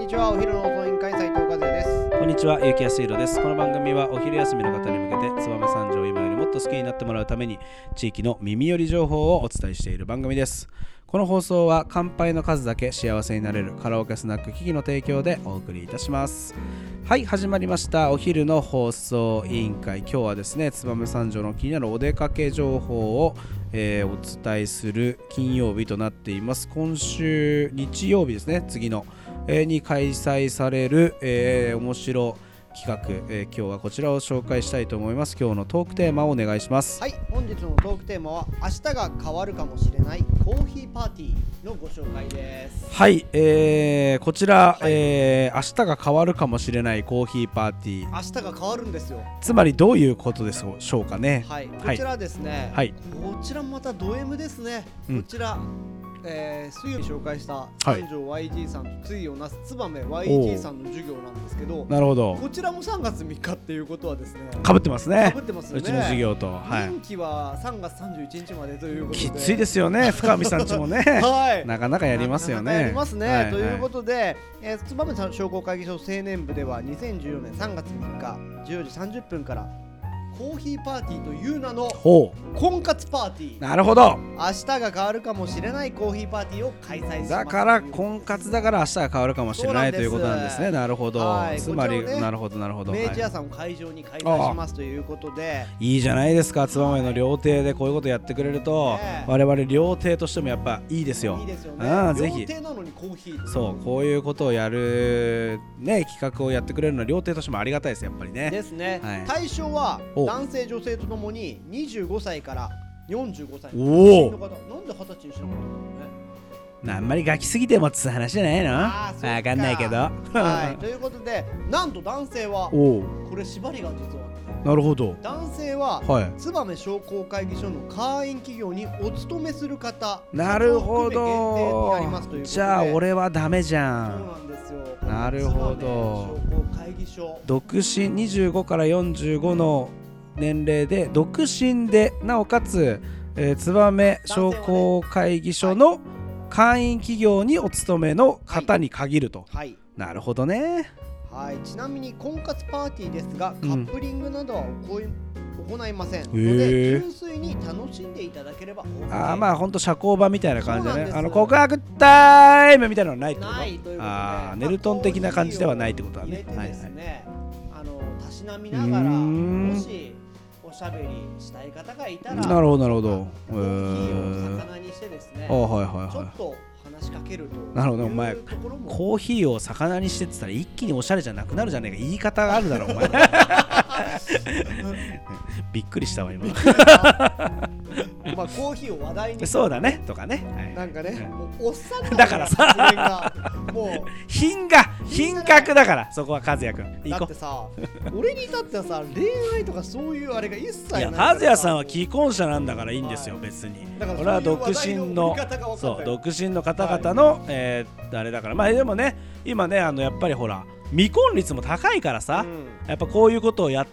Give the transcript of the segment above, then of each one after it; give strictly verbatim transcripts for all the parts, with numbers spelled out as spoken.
にちは、お昼の放送委員会斉藤和也です。 こんにちは、ゆうきやすいろです。この番組はお昼休みの方に向けて燕三条を今よりもっと好きになってもらうために地域の耳寄り情報をお伝えしている番組です。この放送は乾杯の数だけ幸せになれるカラオケスナックキキの提供でお送りいたします。はい、始まりましたお昼の放送委員会。今日はですね、燕三条の気になるお出かけ情報を、えー、お伝えする金曜日となっています。今週日曜日ですね、次の、えー、に開催される、えー、面白企画、えー、今日はこちらを紹介したいと思います。今日のトークテーマをお願いします。 はい、本日のトークテーマは明日が変わるかもしれないコーヒーパーティーのご紹介です。 はい、えー、こちら、はい、えー、明日が変わるかもしれないコーヒーパーティー、 明日が変わるんですよ。 つまりどういうことでしょうかね。 はい、こちらですね、 はい、 こちらまたド M ですね、うん、こちらえー、水曜日紹介した三条 ワイジー さんと対をなす燕 ワイジー さんの授業なんですけど、 なるほど、 こちらもさんがつみっかっていうことはですね、 かぶってますね。 かぶってますよね。 うちの授業と、はい、 任期はさんがつさんじゅういちにちまでということできついですよね。深見さんちもね、はい、なかなかやりますよね。 なかなかやりますね、 はいはい、 ということで、えー、燕さん商工会議所青年部ではにせんじゅうよねんさんがつみっかじゅうよじさんじゅっぷんからコーヒーパーティーという名の婚活パーティー、 なるほど、 明日が変わるかもしれないコーヒーパーティーを開催します。 だから婚活だから明日が変わるかもしれないということなんですね。なるほど、はい、つまり、ね、なるほどなるほど、 明治屋さんを会場に開催しますということで、 いいじゃないですか。燕の料亭でこういうことやってくれると、ね、我々料亭としてもやっぱいいですよ。 いいですよね。 あ、ぜひ料亭なのにコーヒー、 そうこういうことをやるね、企画をやってくれるのは料亭としてもありがたいです。やっぱりね。 ですね、はい、対象は男性女性とともににじゅうごさいからよんじゅうごさいの方、なんではたちにしなかったんだろうね。 あんまりガキすぎてもつ話じゃないの？わかんないけど。 はい、ということで、なんと男性はこれ縛りが実は、 なるほど、 男性は、はい、燕商工会議所の会員企業にお勤めする方、 なるほど、じゃあ俺はダメじゃん。 そうなんですよ。 なるほど、 商工会議所独身にじゅうごからよんじゅうごの年齢で独身で、なおかつ、えー、燕商工会議所の会員企業にお勤めの方に限ると、 はいはい、 なるほどね。 はい、ちなみに婚活パーティーですが、カップリングなどは行いません、うん、ので純粋に楽しんでいただければ OK。 あ、まあほんと社交場みたいな感じでね、あの告白タイムみたいなのはないってこと？ ないということで、 あ、ネルトン的な感じではないってことだね。 入れてですね、はいはい、あのたしなみながら、もしおしゃべりしたい方がいたら、 なるほどなるほど、 コーヒーを魚にしてですね、 あ、はいはいはい、 ちょっと話しかけると。 なるほど、お前コーヒーを魚にしてって言ったら一気におしゃれじゃなくなるじゃねえか。言い方があるだろお前びっくりしたわ今まあコーヒーを話題にそうだねとかね、はい、 なんかね、もうおっさんだからさ、 もう品が品格だから、そこは和也くん。 だってさ、俺に至ってはさ、恋愛とかそういうあれが一切ない。いや、 和也さんは既婚者なんだからいいんですよ、はい、別に。俺は独身のそう独身の方々の、はい、えー、あれだから。まあでもね、今ね、あのやっぱりほら未婚率も高いからさ、うん、やっぱこういうことをやって、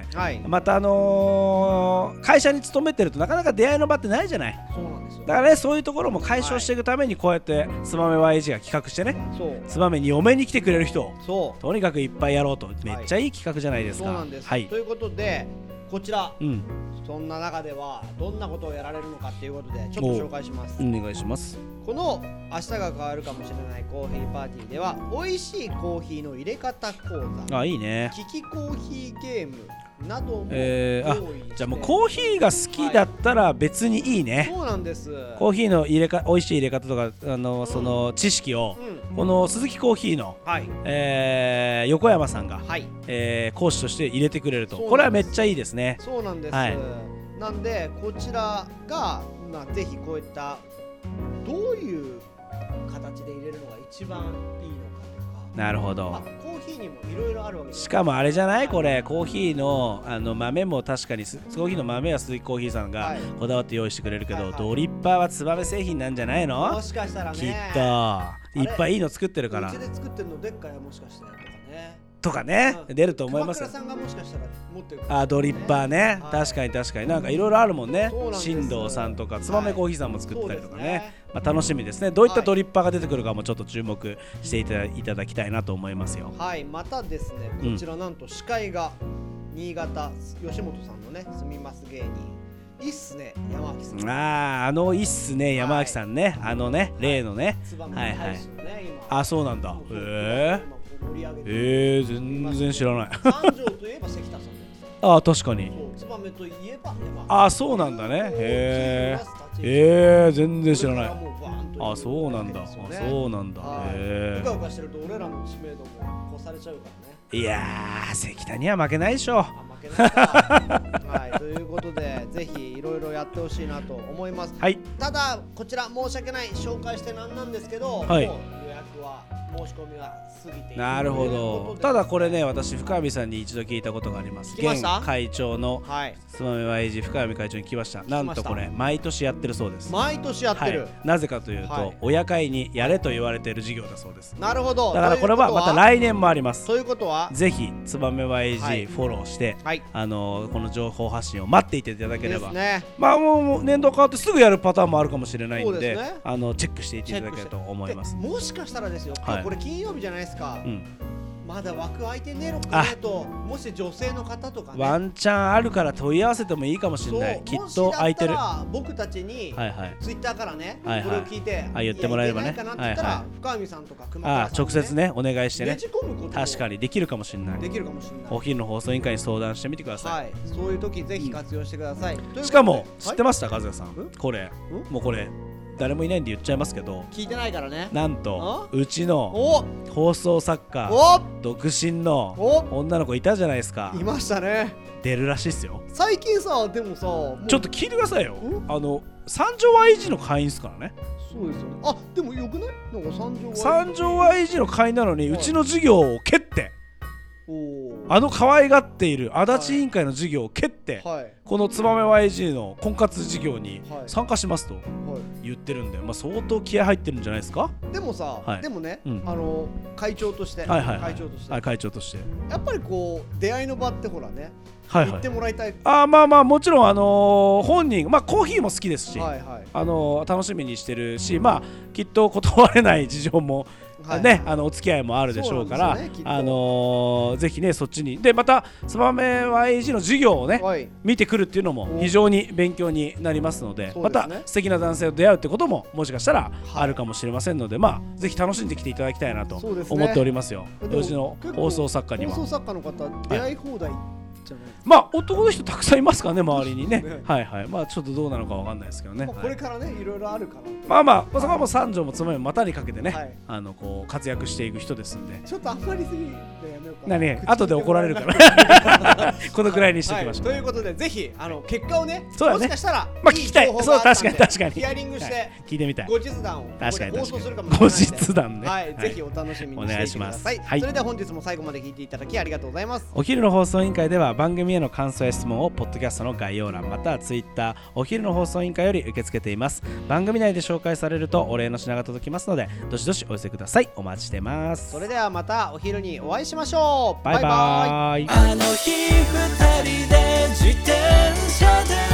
はい、またあのー、会社に勤めてるとなかなか出会いの場ってないじゃない。 そうなんですよ。 だからね、そういうところも解消していくために、こうやって燕 ワイジー が企画してね、燕に嫁に来てくれる人をそうとにかくいっぱいやろうと、めっちゃいい企画じゃないですか。 そうなんです、はい、ということでこちら、うん、そんな中ではどんなことをやられるのかっていうことでちょっと紹介します。 お願いします。 この明日が変わるかもしれないコーヒーパーティーでは、美味しいコーヒーの入れ方講座、 あ、いいね、 利きコーヒーゲームなども、 えー、あ、じゃあもうコーヒーが好きだったら別にいいね、はい、 そうなんです。 コーヒーの入れか美味しい入れ方とか、あの、うん、その知識を、うん、この鈴木コーヒーの、はい、えー、横山さんが、はい、えー、講師として入れてくれると、これはめっちゃいいですね。 そうなんです、はい、なんでこちらが、まあ、ぜひこういったどういう形で入れるのが一番いいのかとか。 なるほど、 まあ、コーヒーにもいろいろあるわけです。 しかもあれじゃない、これコーヒーの、あの豆も確かにコーヒーの豆は鈴木コーヒーさんがこだわって用意してくれるけど、はいはいはい、ドリッパーは燕製品なんじゃないの？ もしかしたらね、 きっといっぱいいいの作ってるから。 うちで作ってるのでっかい、もしかしてとかね。 とかね、うん、出ると思いますよ。 熊倉さんがもしかしたら持ってるかもしれない、ね、 あドリッパーね、はい、確かに確かになんかいろいろあるもんね。 ん新藤さんとかつばめコーヒーさんも作ったりとかね、はいね、まあ、楽しみですね。どういったドリッパーが出てくるかもちょっと注目していただ、いただきたいなと思いますよ。 はい、またですねこちらなんと司会が新潟吉本さんのね住みます芸人いいっすね山脇さん。 あああのいいっすね山脇さんね、はい、あのね例のね、 はい、はいはい、 あそうなんだ。へええー、全然知らない。 三条といえば関田さんです。 ああ確かに。 つばめといえば山。 ああそうなんだね。へええー、全然知らない。あそうなんだ。あそうなんだ。へえ。 うかうかしてると俺らの知名度も越されちゃうからね。 いやー関田には負けないでしょ。 負けないか。はいということでぜひいろいろやってほしいなと思います。 はい。 ただこちら申し訳ない紹介してなんなんですけど、 はい、 もう予約は申し込みは過ぎている。 なるほど。ただこれね私深見さんに一度聞いたことがあります。現会長のつばめ ワイジー 深見会長に聞きました。なんとこれ毎年やってるそうです。 毎年やってる、 はい、なぜかというと、はい、親会にやれと言われている事業だそうです。 なるほど。 だからこれはまた来年もあります。 ということはぜひつばめ ワイジー、はい、フォローして、はい、あのー、この情報発信を待っていていただければ、ね、まあもう年度変わってすぐやるパターンもあるかもしれないん で, で、ね、あのチェックしていていただければと思います。 もしかしたらですよ、はい、これ金曜日じゃないですか、うん、まだ枠空いてねえのかねと、もし女性の方とかねワンチャンあるから問い合わせてもいいかもしれない。きっと空いてる。 僕たちにツイッターからね、はいはい、これを聞いて、 はい、言ってもらえればね、 深見さんとか熊倉さん、ね、 直接ねお願いしてね、 ねじ込むこと確かにできるかもしれない。 できるかもしれない。 お昼の放送委員会に相談してみてください。はい、 そういう時ぜひ活用してください。 うん、しかも知ってました、はい、和也さん、これもうこれ誰もいないんで言っちゃいますけど、 聞いてないからね。 なんとうちの放送作家独身の女の子いたじゃないですか。 いましたね。 出るらしいっすよ。 最近さでもさちょっと聞いてくださいよ。あの三条 ワイジー の会員っすからね。 そうですよね。あでもよくない？なんか三条 ワイジー三条 ワイジー の会員なのに、はい、うちの授業を蹴ってあの可愛がっている足立委員会の授業を蹴って、はい、このつばめ ワイジー の婚活授業に参加しますと言ってるんで、まあ、相当気合入ってるんじゃないですか。 でもさ、はい、でもね、うん、あの会長として、 はいはいはい、 会長として、 はい、会長としてやっぱりこう出会いの場ってほらね、 はいはい、 行ってもらいたい。 あまあまあもちろん、あのー、本人、まあ、コーヒーも好きですし、はいはい、あのー、楽しみにしてるし、まあ、きっと断れない事情もはいね、あのお付き合いもあるでしょうから、ね、あのー、ぜひねそっちにでまたつばめ ワイジー の授業をね、はい、見てくるっていうのも非常に勉強になりますの で, で、ね、また素敵な男性と出会うってことももしかしたらあるかもしれませんので、はい、まあぜひ楽しんできていただきたいなと思っておりますよ。うちの放送作家には放送作家の方出会い放題、はい、 まあ男の人たくさんいますからね周りに ね, ねはいはいまあちょっとどうなのかわかんないですけどね、まあ、 これからね、はい、いろいろあるかなと。 まあまあそこはもう三条もつばめも股にかけてね、はい、あのこう活躍していく人ですんで。 ちょっとあんまりすぎてやめようかな。 何後で怒られるからこのくらいにしておきましょう、 はい、ということでぜひあの結果を ね, そうだねもしかしたらまあ聞きたい。そう確かに確かにヒアリングして、はい、 聞いてみたい。 後日談を確かに放送するかもしれないので後日談ね、 はい、ぜひお楽しみにしていてください。はい、それでは本日も最後まで聞いていただきありがとうございます。 お昼の放送委員会では番組への感想や質問をポッドキャストの概要欄またはツイッターお昼の放送委員会より受け付けています。番組内で紹介されるとお礼の品が届きますのでどしどしお寄せください。お待ちしてます。 それではまたお昼にお会いしましょう。 バイバイ。 あの日二人で自転車で